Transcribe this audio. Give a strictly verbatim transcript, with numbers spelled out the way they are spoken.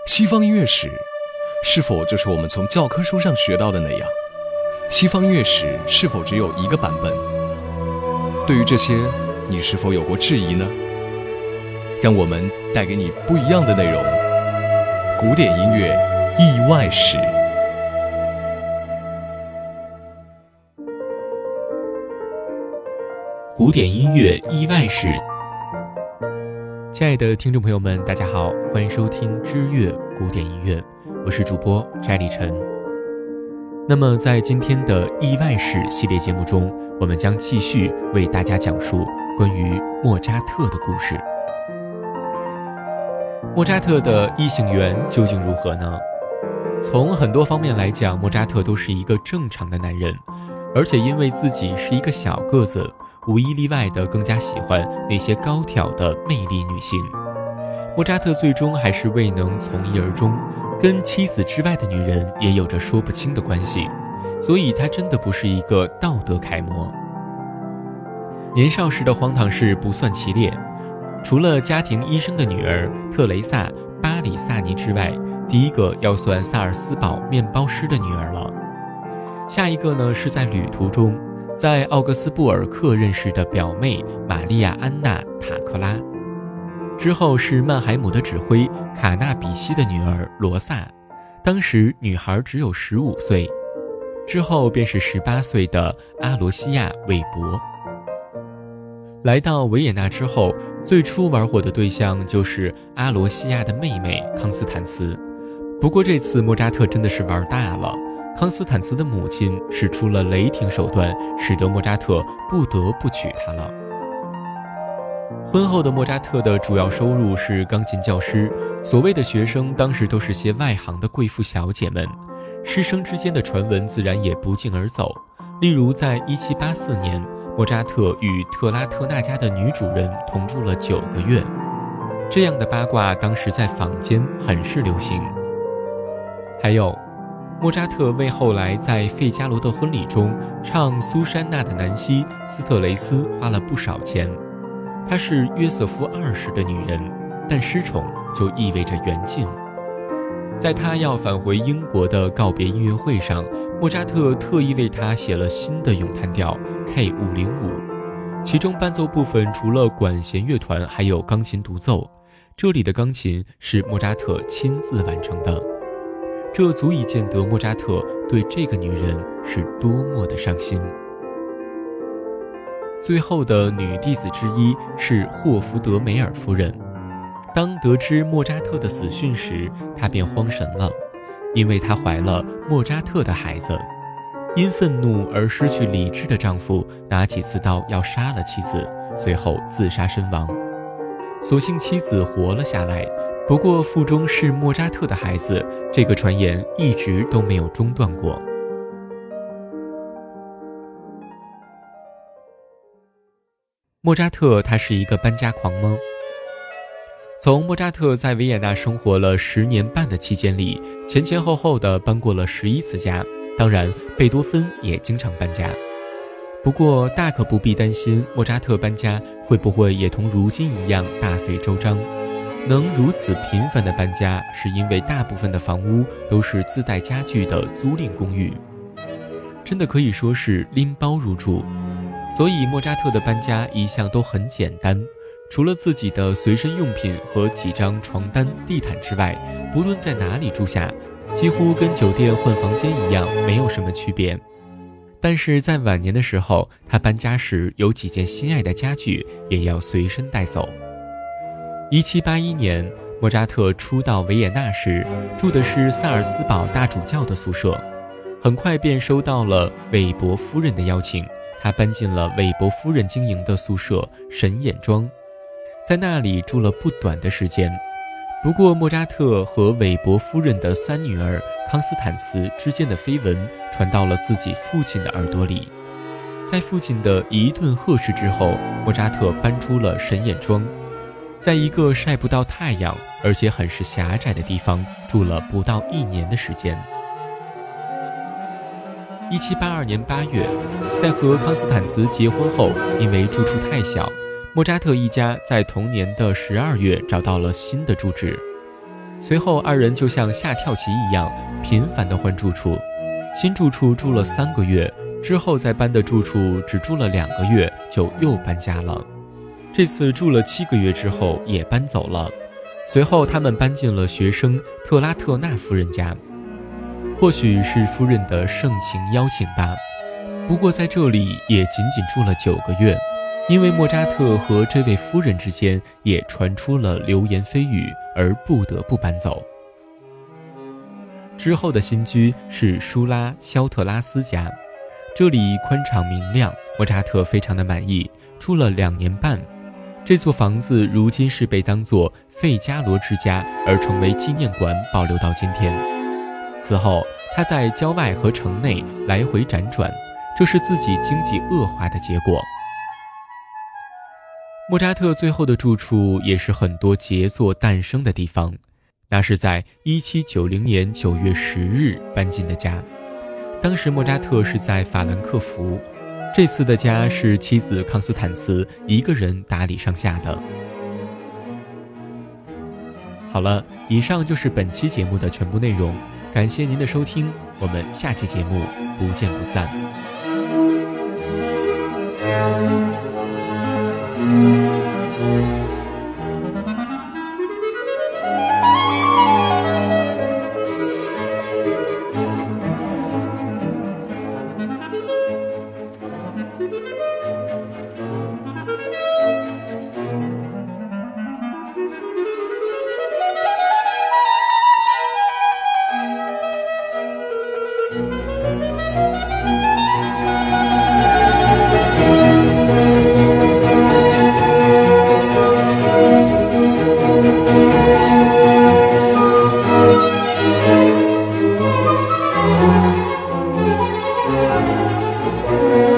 西方音乐史是否就是我们从教科书上学到的那样？西方音乐史是否只有一个版本？对于这些，你是否有过质疑呢？让我们带给你不一样的内容。古典音乐意外史。 古典音乐意外史。亲爱的听众朋友们，大家好，欢迎收听知乐古典音乐，我是主播翟立晨。那么在今天的意外史系列节目中，我们将继续为大家讲述关于莫扎特的故事。莫扎特的异性缘究竟如何呢？从很多方面来讲，莫扎特都是一个正常的男人，而且因为自己是一个小个子，无一例外的更加喜欢那些高挑的魅力女性。莫扎特最终还是未能从一而终，跟妻子之外的女人也有着说不清的关系，所以他真的不是一个道德楷模。年少时的荒唐事不算其列，除了家庭医生的女儿特蕾萨·巴里萨尼之外，第一个要算萨尔斯堡面包师的女儿了。下一个呢，是在旅途中在奥格斯布尔克认识的表妹玛丽亚·安娜·塔克拉，之后是曼海姆的指挥卡纳比西的女儿罗萨，当时女孩只有十五岁，之后便是十八岁的阿罗西亚·韦伯。来到维也纳之后，最初玩火的对象就是阿罗西亚的妹妹康斯坦茨，不过这次莫扎特真的是玩大了，康斯坦茨的母亲使出了雷霆手段，使得莫扎特不得不娶她了。婚后的莫扎特的主要收入是钢琴教师，所谓的学生当时都是些外行的贵妇小姐们，师生之间的传闻自然也不胫而走。例如在一七八四年，莫扎特与特拉特纳家的女主人同住了九个月，这样的八卦当时在坊间很是流行。还有莫扎特为后来在费加罗的婚礼中唱苏珊娜的南希斯特雷斯花了不少钱。她是约瑟夫二世的女人，但失宠就意味着缘尽。在他要返回英国的告别音乐会上，莫扎特特意为他写了新的咏叹调 K 五零五， 其中伴奏部分除了管弦乐团还有钢琴独奏，这里的钢琴是莫扎特亲自完成的，这足以见得莫扎特对这个女人是多么的伤心。最后的女弟子之一是霍福德梅尔夫人，当得知莫扎特的死讯时，她便慌神了，因为她怀了莫扎特的孩子。因愤怒而失去理智的丈夫拿起刺刀要杀了妻子，随后自杀身亡。所幸妻子活了下来，不过腹中是莫扎特的孩子，这个传言一直都没有中断过。莫扎特他是一个搬家狂吗？从莫扎特在维也纳生活了十年半的期间里，前前后后的搬过了十一次家，当然贝多芬也经常搬家。不过大可不必担心莫扎特搬家会不会也同如今一样大费周章。能如此频繁的搬家，是因为大部分的房屋都是自带家具的租赁公寓，真的可以说是拎包入住。所以莫扎特的搬家一向都很简单，除了自己的随身用品和几张床单地毯之外，不论在哪里住下，几乎跟酒店换房间一样，没有什么区别。但是在晚年的时候，他搬家时有几件心爱的家具也要随身带走。一七八一年，莫扎特初到维也纳时，住的是萨尔斯堡大主教的宿舍，很快便收到了韦伯夫人的邀请，他搬进了韦伯夫人经营的宿舍神眼庄，在那里住了不短的时间。不过莫扎特和韦伯夫人的三女儿康斯坦茨之间的绯闻传到了自己父亲的耳朵里，在父亲的一顿呵斥之后，莫扎特搬出了神眼庄，在一个晒不到太阳而且很是狭窄的地方住了不到一年的时间。一七八二年八月，在和康斯坦茨结婚后，因为住处太小，莫扎特一家在同年的十二月找到了新的住址。 随后二人就像下跳棋一样频繁地换住处，新住处住了三个月，之后再搬的住处只住了两个月就又搬家了，这次住了七个月之后也搬走了。随后他们搬进了学生特拉特纳夫人家，或许是夫人的盛情邀请吧，不过在这里也仅仅住了九个月，因为莫扎特和这位夫人之间也传出了流言蜚语，而不得不搬走。之后的新居是舒拉·肖特拉斯家，这里宽敞明亮，莫扎特非常的满意，住了两年半。这座房子如今是被当作费加罗之家而成为纪念馆保留到今天。此后他在郊外和城内来回辗转，这是自己经济恶化的结果。莫扎特最后的住处也是很多杰作诞生的地方，那是在一七九零年九月十日搬进的家。当时莫扎特是在法兰克福，这次的家是妻子康斯坦茨一个人打理上下的。好了，以上就是本期节目的全部内容，感谢您的收听，我们下期节目不见不散。 Thank you.